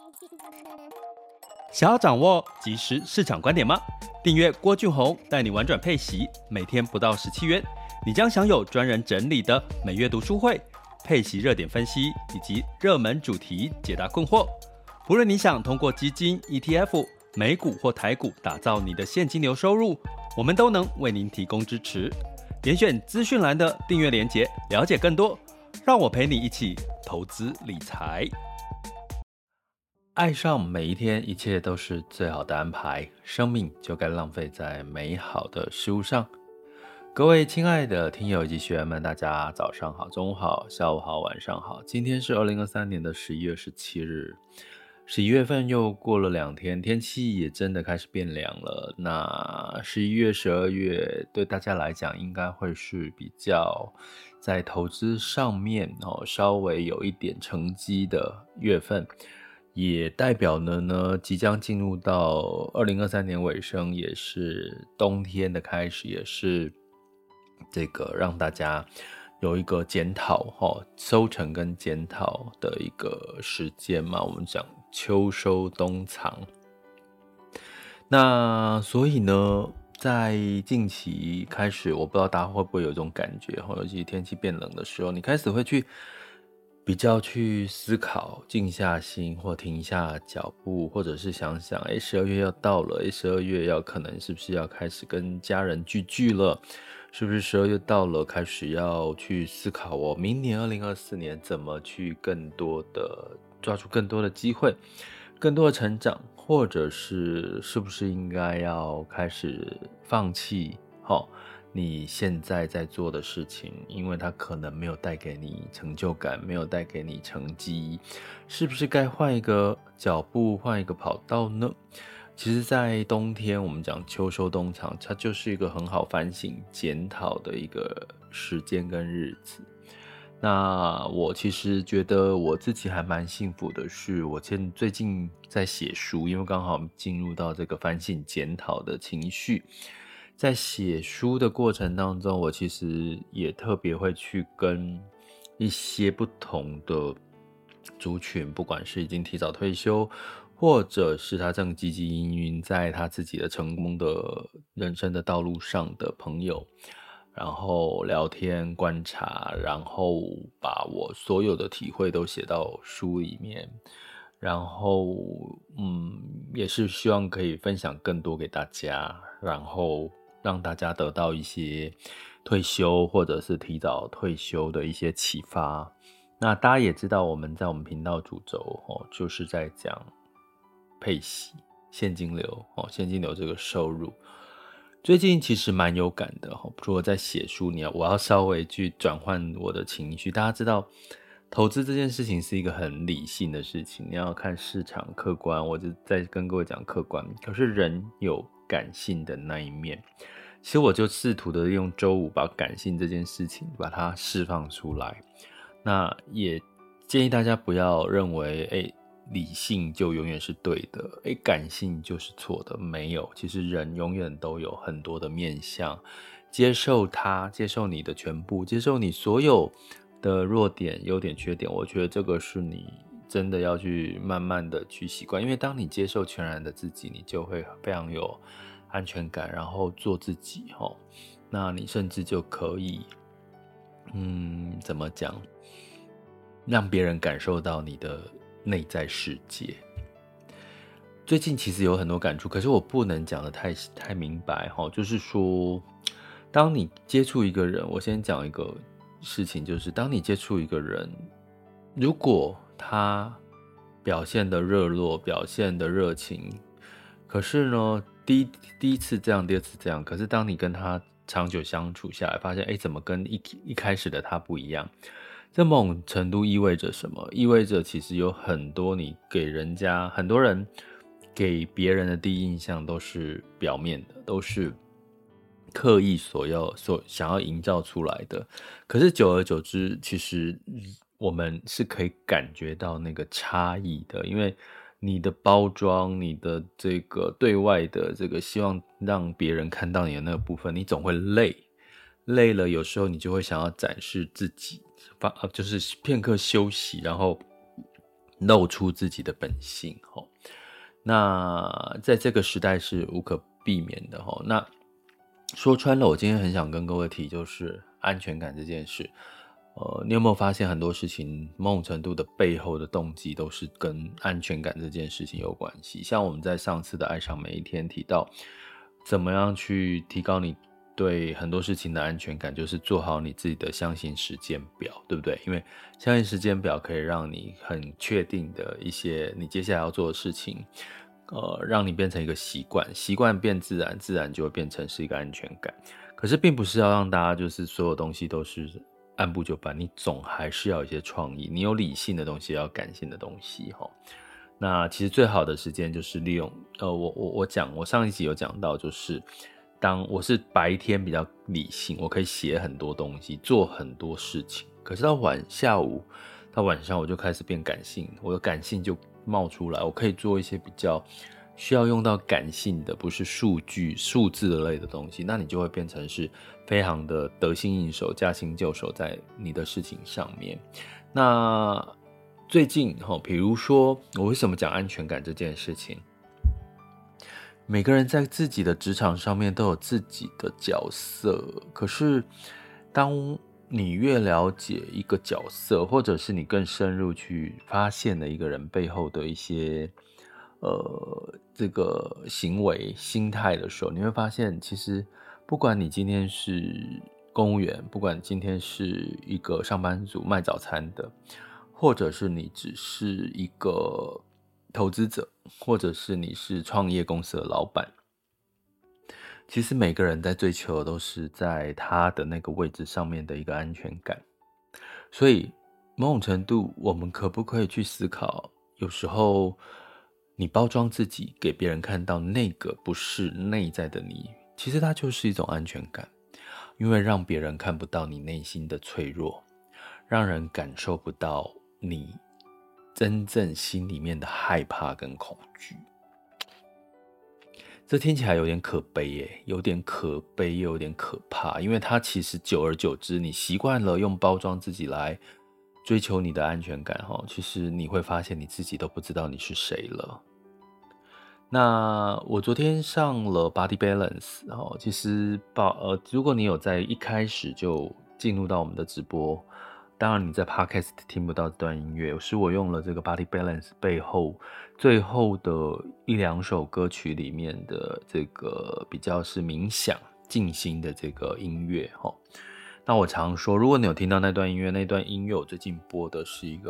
想要掌握即时市场观点吗？订阅郭俊宏带你玩转配息，每天不到17元，你将享有专人整理的每月读书会、配息热点分析以及热门主题解答困惑。不论你想通过基金、ETF、美股或台股打造你的现金流收入，我们都能为您提供支持。点选资讯栏的订阅连结，了解更多。让我陪你一起投资理财。爱上每一天，一切都是最好的安排。生命就该浪费在美好的事物上。各位亲爱的听友以及学员们，大家早上好、中午好、下午好、晚上好。今天是2023年的11月17日。11月份又过了2天，天气也真的开始变凉了。那11月、12月对大家来讲应该会是比较在投资上面稍微有一点成绩的月份，也代表了呢即将进入到2023年尾声，也是冬天的开始，也是这个让大家有一个检讨收成跟检讨的一个时间嘛，我们讲秋收冬藏。那所以呢，在近期开始，我不知道大家会不会有一种感觉，尤其天气变冷的时候，你开始会比较去思考，静下心或停下脚步，或者是想想12月要到了，12月要可能是不是要开始跟家人聚了，是不是12月到了开始要去思考我明年2024年怎么去更多的抓住更多的机会，更多的成长，或者是不是应该要开始放弃你现在在做的事情，因为它可能没有带给你成就感，没有带给你成绩，是不是该换一个脚步，换一个跑道呢？其实在冬天，我们讲秋收冬藏，它就是一个很好反省检讨的一个时间跟日子。那我其实觉得我自己还蛮幸福的是，我最近在写书，因为刚好进入到这个反省检讨的情绪。在写书的过程当中，我其实也特别会去跟一些不同的族群，不管是已经提早退休，或者是他正汲汲营营在他自己的成功的人生的道路上的朋友，然后聊天观察，然后把我所有的体会都写到书里面，然后也是希望可以分享更多给大家，然后让大家得到一些退休或者是提早退休的一些启发。那大家也知道，我们在我们频道主轴就是在讲配息、现金流现金流这个收入。最近其实蛮有感的，除了在写书，我要稍微去转换我的情绪。大家知道，投资这件事情是一个很理性的事情，你要看市场客观，我就在跟各位讲客观。可是人有感性的那一面，其实我就试图的用周五把感性这件事情把它释放出来。那也建议大家不要认为理性就永远是对的，感性就是错的，没有。其实人永远都有很多的面向，接受它，接受你的全部，接受你所有的弱点、优点、缺点。我觉得这个是你真的要去慢慢的去习惯，因为当你接受全然的自己，你就会非常有安全感，然后做自己那你甚至就可以怎么讲，让别人感受到你的内在世界。最近其实有很多感触，可是我不能讲得太明白就是说，当你接触一个人，我先讲一个事情，就是当你接触一个人，如果他表现的热络，表现的热情，可是呢第一次这样，第二次这样，可是当你跟他长久相处下来，发现怎么跟一开始的他不一样，这某种程度意味着什么？意味着其实有很多你给人家，很多人给别人的第一印象都是表面的，都是刻意所想要营造出来的。可是久而久之，其实我们是可以感觉到那个差异的，因为你的包装，你的这个对外的这个希望让别人看到你的那个部分，你总会累了，有时候你就会想要展示自己，就是片刻休息，然后露出自己的本性。那在这个时代是无可避免的。那说穿了，我今天很想跟各位提就是安全感这件事。你有没有发现很多事情某种程度的背后的动机都是跟安全感这件事情有关系？像我们在上次的爱上每一天提到怎么样去提高你对很多事情的安全感，就是做好你自己的象限时间表，对不对？因为象限时间表可以让你很确定的一些你接下来要做的事情，让你变成一个习惯，习惯变自然，自然就会变成是一个安全感。可是并不是要让大家就是所有东西都是按部就班，你总还是要有一些创意，你有理性的东西，也要感性的东西。那其实最好的时间就是利用，我上一集有讲到，就是当我是白天比较理性，我可以写很多东西，做很多事情，可是到下午到晚上我就开始变感性，我的感性就冒出来，我可以做一些比较需要用到感性的，不是数字类的东西，那你就会变成是非常的得心应手，驾轻就熟在你的事情上面。那最近比如说我为什么讲安全感这件事情，每个人在自己的职场上面都有自己的角色，可是当你越了解一个角色，或者是你更深入去发现了一个人背后的一些这个行为心态的时候，你会发现其实不管你今天是公务员，不管今天是一个上班族卖早餐的，或者是你只是一个投资者，或者是你是创业公司的老板，其实每个人在追求的都是在他的那个位置上面的一个安全感。所以某种程度我们可不可以去思考，有时候你包装自己给别人看到那个不是内在的你，其实它就是一种安全感，因为让别人看不到你内心的脆弱，让人感受不到你真正心里面的害怕跟恐惧。这听起来有点可悲耶，有点可悲又有点可怕，因为它其实久而久之，你习惯了用包装自己来追求你的安全感，其实你会发现你自己都不知道你是谁了。那我昨天上了 Body Balance， 其实如果你有在一开始就进入到我们的直播，当然你在 Podcast 听不到这段音乐，是我用了这个 Body Balance 背后最后的1-2首歌曲里面的这个比较是冥想静心的这个音乐。那我常说，如果你有听到那段音乐，那段音乐我最近播的是一个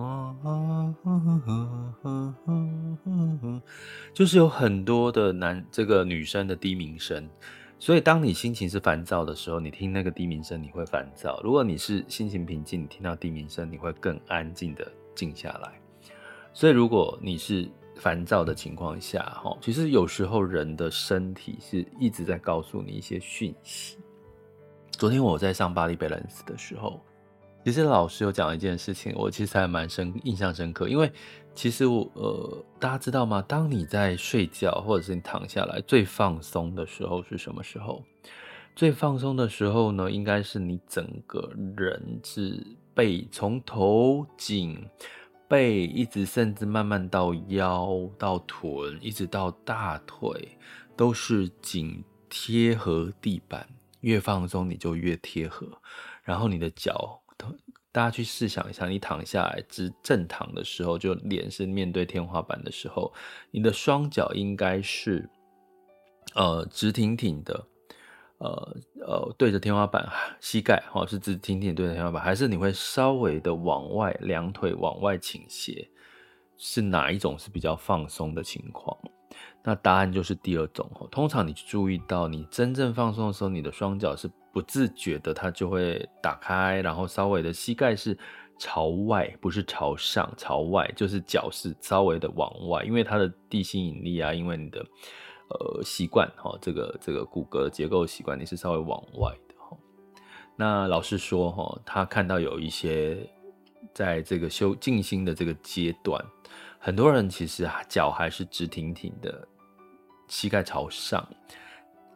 就是有很多的这个女生的低鸣声，所以当你心情是烦躁的时候，你听那个低鸣声你会烦躁，如果你是心情平静，你听到低鸣声你会更安静的静下来。所以如果你是烦躁的情况下，其实有时候人的身体是一直在告诉你一些讯息。昨天我在上Body Balance的时候，其实老师有讲一件事情，我其实还蛮印象深刻。因为其实大家知道吗？当你在睡觉或者是你躺下来最放松的时候是什么时候？最放松的时候呢，应该是你整个人是从头颈背一直甚至慢慢到腰到臀一直到大腿都是紧贴合地板，越放松你就越贴合，然后你的脚，大家去试想一下，你躺下来正躺的时候，就脸是面对天花板的时候，你的双脚应该是直挺挺的，对着天花板，膝盖是直挺挺对着天花板，还是你会稍微的往外，两腿往外倾斜？是哪一种是比较放松的情况？那答案就是第二种。通常你注意到你真正放松的时候，你的双脚是不自觉的，它就会打开，然后稍微的膝盖是朝外，不是朝上，朝外，就是脚是稍微的往外，因为它的地心引力啊，因为你的习惯，这个骨骼的结构习惯，你是稍微往外的。那老师说，他看到有一些在这个静心的这个阶段，很多人其实脚还是直挺挺的，膝盖朝上，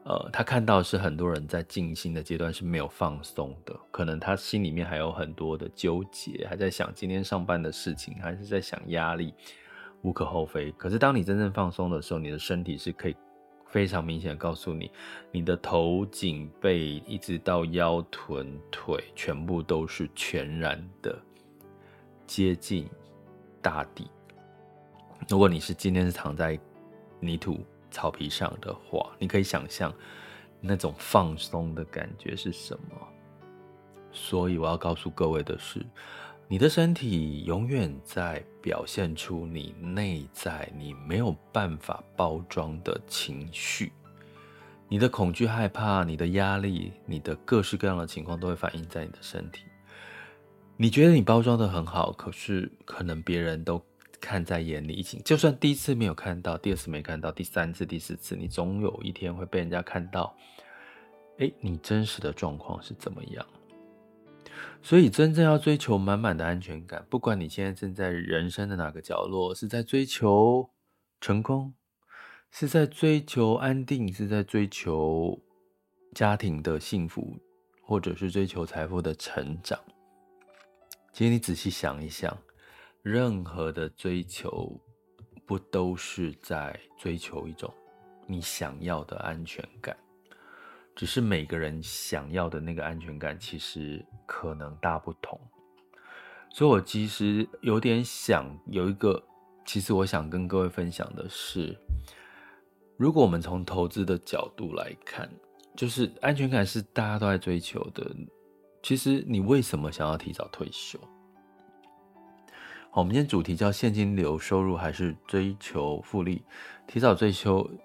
他看到的是很多人在静心的阶段是没有放松的，可能他心里面还有很多的纠结，还在想今天上班的事情，还是在想压力，无可厚非。可是当你真正放松的时候，你的身体是可以非常明显的告诉你，你的头颈背一直到腰臀腿全部都是全然的接近大地。如果你是今天是躺在泥土草皮上的话，你可以想象那种放松的感觉是什么。所以我要告诉各位的是，你的身体永远在表现出你内在你没有办法包装的情绪。你的恐惧、害怕、你的压力、你的各式各样的情况都会反映在你的身体。你觉得你包装得很好，可是可能别人都看在眼里，就算第一次没有看到，第二次没看到，第三次、第四次，你总有一天会被人家看到，你真实的状况是怎么样。所以真正要追求满满的安全感，不管你现在正在人生的哪个角落，是在追求成功，是在追求安定，是在追求家庭的幸福，或者是追求财富的成长。其实你仔细想一想，任何的追求不都是在追求一种你想要的安全感，只是每个人想要的那个安全感其实可能大不同。所以我其实有点其实我想跟各位分享的是，如果我们从投资的角度来看，就是安全感是大家都在追求的，其实你为什么想要提早退休？好，我们今天主题叫现金流收入还是追求复利？提早退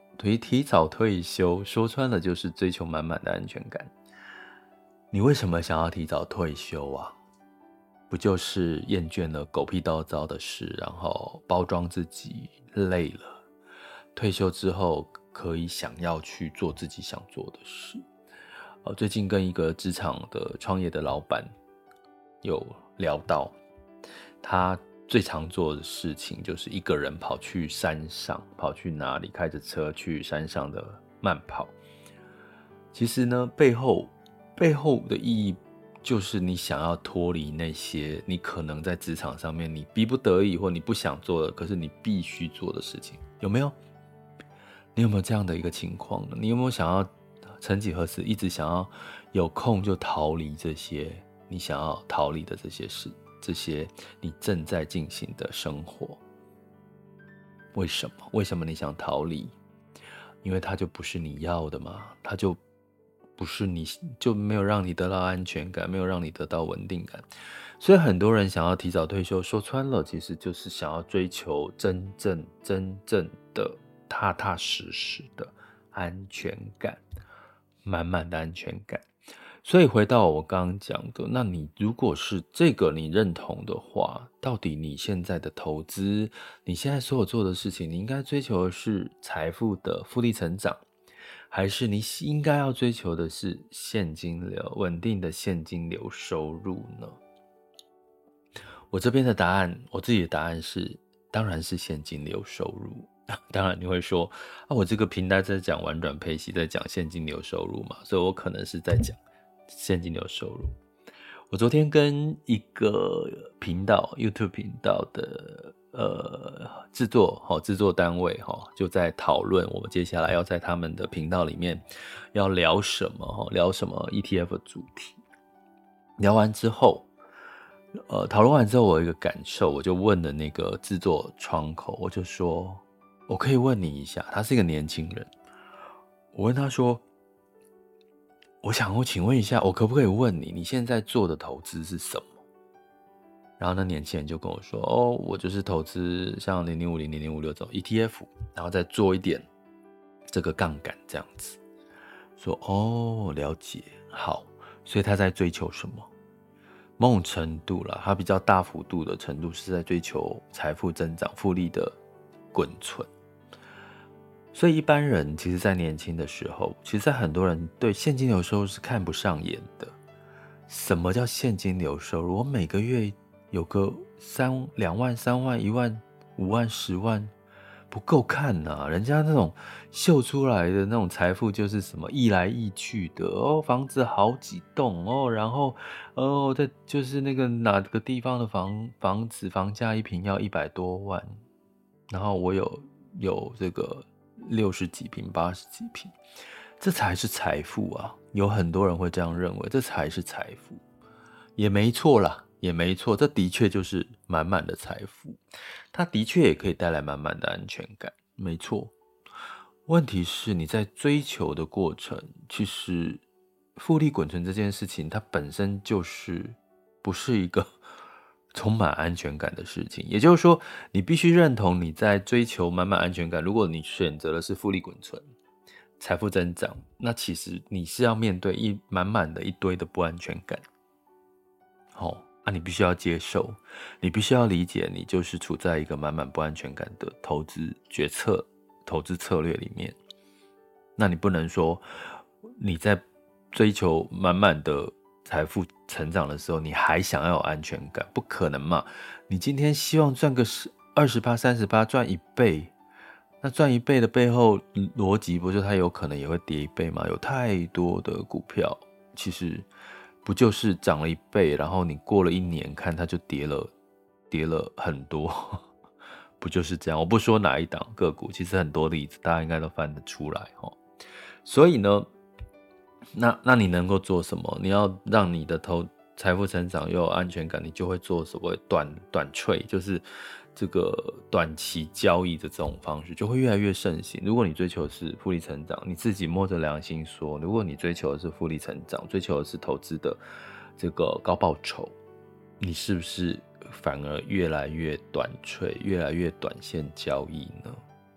休，说穿了就是追求满满的安全感。你为什么想要提早退休啊？不就是厌倦了狗屁倒灶的事，然后包装自己累了，退休之后可以想要去做自己想做的事。最近跟一个职场的创业的老板有聊到，他最常做的事情就是一个人跑去山上，跑去哪里，开着车去山上的慢跑。其实呢，背后的意义就是你想要脱离那些你可能在职场上面你逼不得已或你不想做的，可是你必须做的事情，有没有？你有没有这样的一个情况呢？你有没有想要曾几何时一直想要有空就逃离这些你想要逃离的这些事，这些你正在进行的生活？为什么？为什么你想逃离？因为它就不是你要的嘛，它就不是你，就没有让你得到安全感，没有让你得到稳定感。所以很多人想要提早退休，说穿了其实就是想要追求真正的踏踏实实的安全感，满满的安全感。所以回到我刚刚讲的，那你如果是这个你认同的话，到底你现在的投资，你现在所有做的事情，你应该追求的是财富的复利成长，还是你应该要追求的是现金流，稳定的现金流收入呢？我这边的答案，我自己的答案是，当然是现金流收入。当然你会说，我这个频道在讲婉转配息，在讲现金流收入嘛，所以我可能是在讲现金流收入。我昨天跟一个频道 YouTube 频道的制作单位就在讨论我们接下来要在他们的频道里面要聊什么ETF 的主题。聊完之后讨论完之后，我有一个感受，我就问了那个制作窗口，我就说，我可以问你一下，他是一个年轻人，我问他说，我请问一下，我可不可以问你，你现在做的投资是什么？然后那年轻人就跟我说，我就是投资像0050、0056这种 ETF， 然后再做一点这个杠杆这样子。说了解，好，所以他在追求什么？某种程度啦，它比较大幅度的程度是在追求财富增长、复利的滚存。所以一般人其实在年轻的时候，其实在很多人对现金流收入是看不上眼的。什么叫现金流收入？我每个月有个2万、3万、1万、5万、10万， 不够看呐、人家那种秀出来的那种财富就是什么易来易去的哦，房子好几栋哦，然后就是那个哪个地方的房子房价一平要100多万，然后我有这个60几平80几平，这才是财富啊！有很多人会这样认为，这才是财富，也没错啦。也没错，这的确就是满满的财富，它的确也可以带来满满的安全感，没错。问题是你在追求的过程，其实复利滚存这件事情，它本身就是不是一个充满安全感的事情。也就是说，你必须认同你在追求满满安全感。如果你选择的是复利滚存、财富增长，那其实你是要面对满满的一堆的不安全感。你必须要接受，你必须要理解，你就是处在一个满满不安全感的投资决策、投资策略里面。那你不能说你在追求满满的财富成长的时候，你还想要有安全感，不可能嘛？你今天希望赚个20%、30%，赚1倍，那赚1倍的背后逻辑不就它有可能也会跌1倍吗？有太多的股票，其实不就是涨了1倍，然后你过了1年看它就跌了很多，不就是这样？我不说哪一档个股，其实很多例子大家应该都翻得出来齁。所以呢，那你能够做什么？你要让你的财富成长又有安全感，你就会做所谓短trade，就是这个短期交易的这种方式就会越来越盛行。如果你追求的是复利成长，你自己摸着良心说，如果你追求的是复利成长，追求的是投资的这个高报酬，你是不是反而越来越短trade，越来越短线交易呢？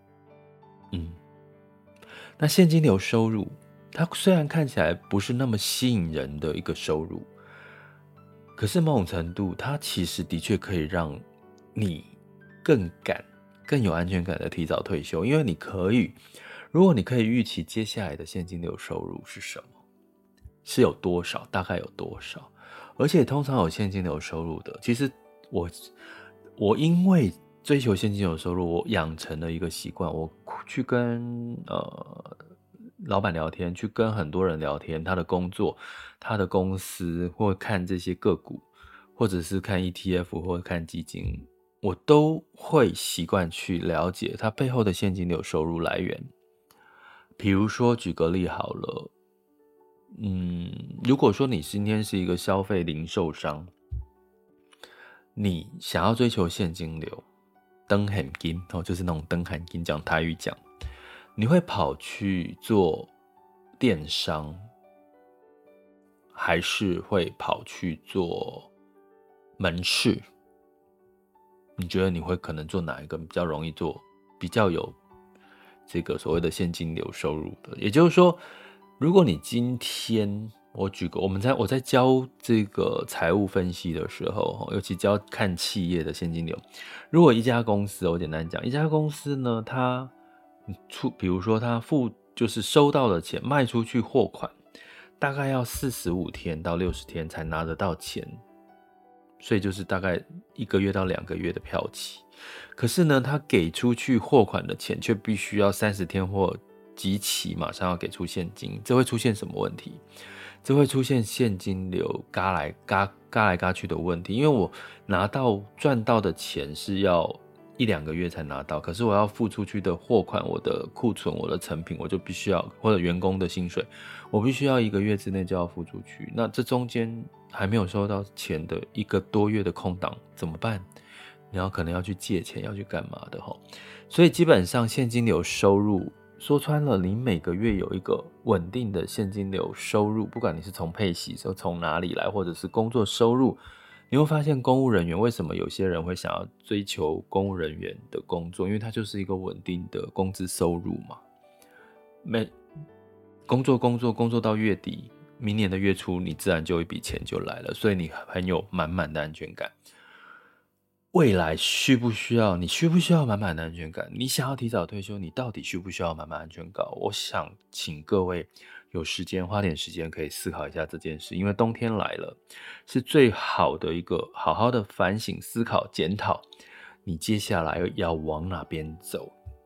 那现金流收入，它虽然看起来不是那么吸引人的一个收入，可是某种程度，它其实的确可以让你更有安全感的提早退休，因为如果你可以预期接下来的现金流收入是什么，是有多少，大概有多少，而且通常有现金流收入的，其实我因为追求现金流收入，我养成了一个习惯，我去跟老板聊天，去跟很多人聊天，他的工作、他的公司，或看这些个股，或者是看 ETF 或者看基金，我都会习惯去了解它背后的现金流收入来源。比如说举个例好了，如果说你今天是一个消费零售商，你想要追求现金流，灯很金就是那种灯很金，讲台语讲，你会跑去做电商，还是会跑去做门市？你觉得你会可能做哪一个比较容易做，比较有这个所谓的现金流收入的？也就是说，如果你今天我在教这个财务分析的时候，尤其教看企业的现金流。如果一家公司，我简单讲，一家公司呢，比如说它就是收到的钱卖出去货款，大概要45天到60天才拿得到钱，所以就是大概1个月到2个月的票期。可是呢，他给出去货款的钱却必须要30天或即期马上要给出现金，这会出现什么问题？这会出现现金流嘎来嘎去的问题，因为我赚到的钱是要1、2个月才拿到，可是我要付出去的货款、我的库存、我的成品，我就必须要，或者员工的薪水，我必须要1个月之内就要付出去。那这中间还没有收到钱的1个多月的空档怎么办？你可能要去借钱，要去干嘛的齁。所以基本上现金流收入说穿了，你每个月有一个稳定的现金流收入，不管你是从配息从哪里来，或者是工作收入，你会发现公务人员为什么有些人会想要追求公务人员的工作，因为它就是一个稳定的工资收入嘛。工作到月底，明年的月初你自然就有一笔钱就来了，所以你很有满满的安全感。未来你需不需要满满的安全感？你想要提早退休，你到底需不需要满满安全感？我想请各位有时间花点时间可以思考一下这件事，因为冬天来了，是最好的一个好的反省、思考、检讨，你接下来要往哪边走。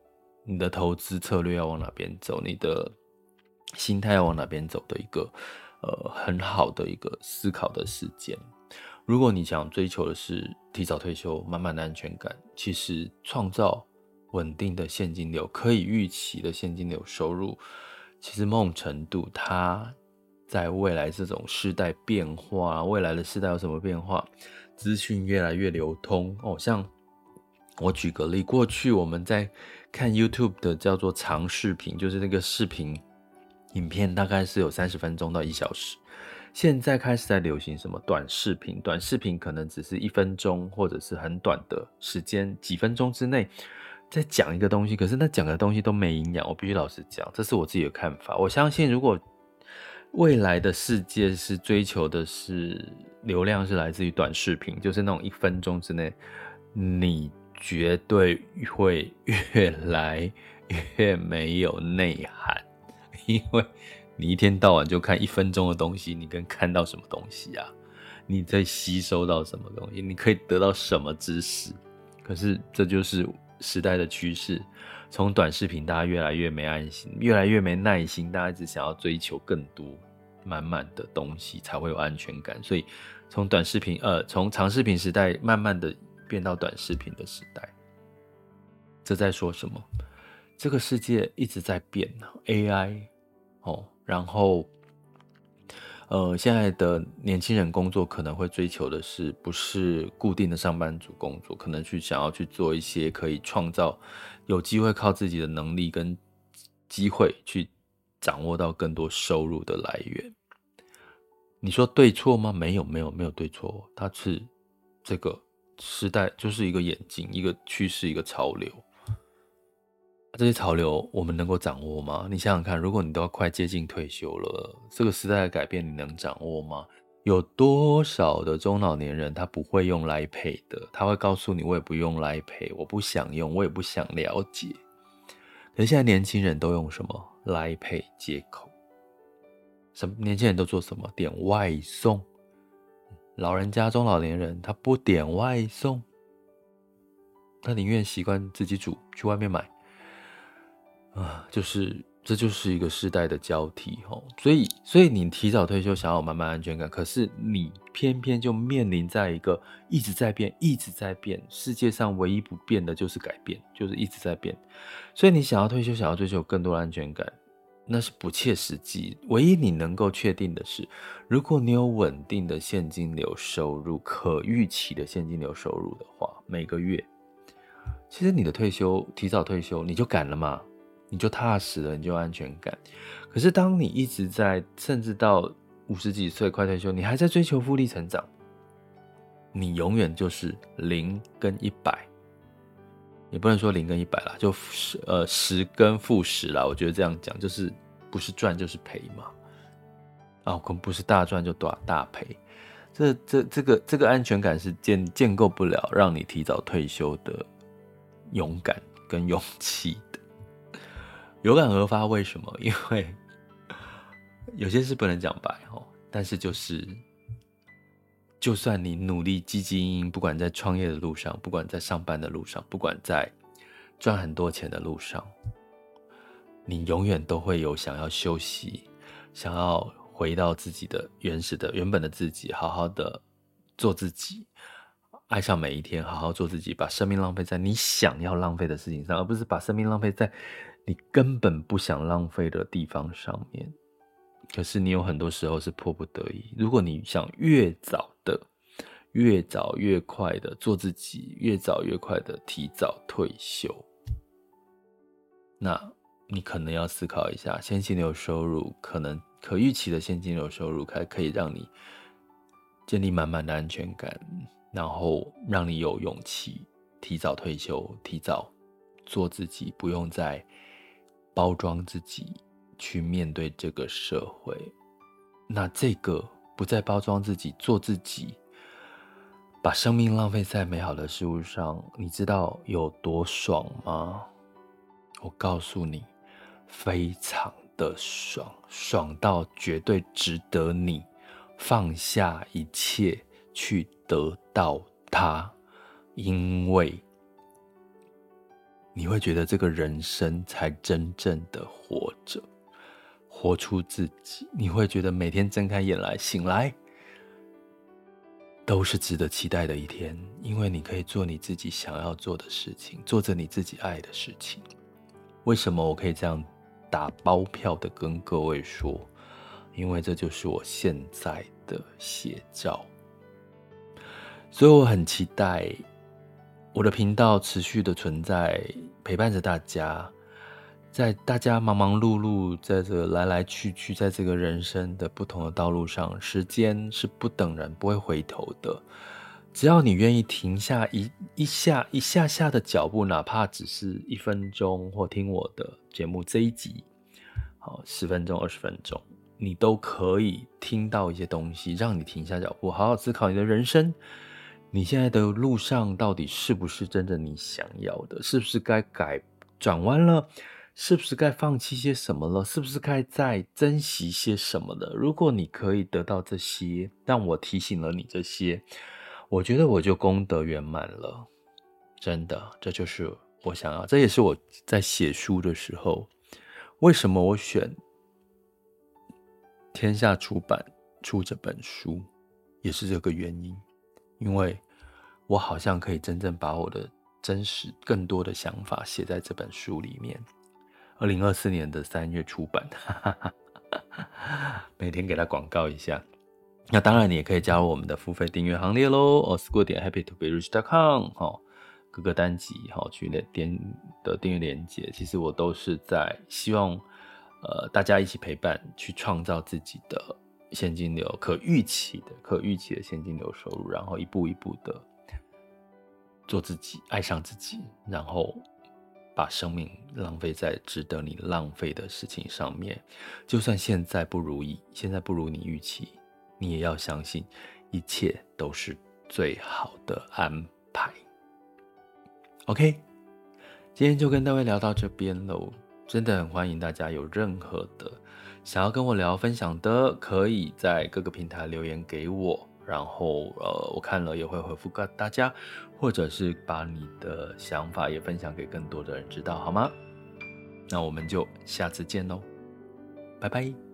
你的投资策略要往哪边走，你的心态要往哪边走的一个很好的一个思考的时间。如果你想追求的是提早退休、满满的安全感，其实创造稳定的现金流、可以预期的现金流收入，其实某种程度它在未来这种世代变化，未来的世代有什么变化？资讯越来越流通像我举个例，过去我们在看 YouTube 的叫做长视频，就是那个视频影片大概是有30分钟到1小时。现在开始在流行什么短视频，短视频可能只是1分钟，或者是很短的时间，几分钟之内在讲一个东西，可是那讲的东西都没营养。我必须老实讲，这是我自己的看法。我相信如果未来的世界是追求的是流量是来自于短视频，就是那种1分钟之内，你绝对会越来越没有内涵，因为你一天到晚就看1分钟的东西，你跟看到什么东西啊？你在吸收到什么东西？你可以得到什么知识？可是这就是时代的趋势，从短视频大家越来越没爱心，越来越没耐心，大家只想要追求更多满满的东西才会有安全感，所以从从长视频时代慢慢的变到短视频的时代。这在说什么？这个世界一直在变 AI 然后现在的年轻人工作可能会追求的是不是固定的上班族工作，可能想要去做一些可以创造有机会靠自己的能力跟机会去掌握到更多收入的来源。你说对错吗？没有对错，它是这个时代就是一个演进，一个趋势，一个潮流。这些潮流我们能够掌握吗？你想想看，如果你都要快接近退休了，这个时代的改变你能掌握吗？有多少的中老年人他不会用 Line Pay 的，他会告诉你我也不用 Line Pay， 我不想用，我也不想了解。可是现在年轻人都用什么 Line Pay 接口？年轻人都做什么？点外送。老人家中老年人他不点外送，他宁愿习惯自己煮，去外面买。这就是一个世代的交替所以你提早退休想要有满满安全感，可是你偏偏就面临在一个一直在变世界上唯一不变的就是改变，就是一直在变。所以你想要退休，想要追求更多的安全感，那是不切实际。唯一你能够确定的是，如果你有稳定的现金流收入，可预期的现金流收入的话，每个月其实你的提早退休你就赶了嘛，你就踏实了，你就有安全感。可是当你一直在甚至到50几岁快退休，你还在追求复利成长，你永远就是0跟100，也不能说0跟100啦，就10跟负10啦。我觉得这样讲就是不是赚就是赔嘛，可能不是大赚就大赔。这个安全感是建构不了让你提早退休的勇敢跟勇气的。有感而发，为什么？因为有些事不能讲白但是就算你努力积极营营，不管在创业的路上，不管在上班的路上，不管在赚很多钱的路上，你永远都会有想要休息，想要回到自己的原本的自己，好好的做自己，爱上每一天，好好做自己，把生命浪费在你想要浪费的事情上，而不是把生命浪费在你根本不想浪费的地方上面。可是你有很多时候是迫不得已，如果你想越早越快的做自己，越早越快的提早退休，那你可能要思考一下，现金流收入可能可预期的现金流收入可以让你建立满满的安全感，然后让你有勇气提早退休，提早做自己，不用再包装自己去面对这个社会。那这个不再包装自己，做自己，把生命浪费在美好的事物上，你知道有多爽吗？我告诉你，非常的爽，爽到绝对值得你放下一切去得到它，因为你会觉得这个人生才真正的活着，活出自己。你会觉得每天睁开眼来醒来都是值得期待的一天，因为你可以做你自己想要做的事情，做着你自己爱的事情。为什么我可以这样打包票的跟各位说？因为这就是我现在的写照。所以我很期待我的频道持续的存在，陪伴着大家，在大家忙忙碌碌，在这个来来去去，在这个人生的不同的道路上，时间是不等人，不会回头的。只要你愿意停下一下下的脚步，哪怕只是1分钟，或听我的节目这一集，好10分钟、20分钟，你都可以听到一些东西，让你停下脚步，好好思考你的人生。你现在的路上到底是不是真的你想要的？是不是该转弯了？是不是该放弃些什么了？是不是该再珍惜些什么了？如果你可以得到这些，让我提醒了你这些，我觉得我就功德圆满了。真的，这就是我想要，这也是我在写书的时候，为什么我选天下出版出这本书，也是这个原因。因为我好像可以真正把我的真实更多的想法写在这本书里面。2024年的3月出版，每天给他广告一下。那当然你也可以加入我们的付费订阅行列咯，school.happytoberich.com 各个单集去点的订阅连结，其实我都是在希望大家一起陪伴，去创造自己的现金流，可预期的现金流收入，然后一步一步的做自己，爱上自己，然后把生命浪费在值得你浪费的事情上面。就算现在不如意，现在不如你预期，你也要相信一切都是最好的安排。 OK， 今天就跟各位聊到这边咯，真的很欢迎大家有任何的想要跟我聊分享的，可以在各个平台留言给我，然后我看了也会回复大家，或者是把你的想法也分享给更多的人知道，好吗？那我们就下次见咯，拜拜。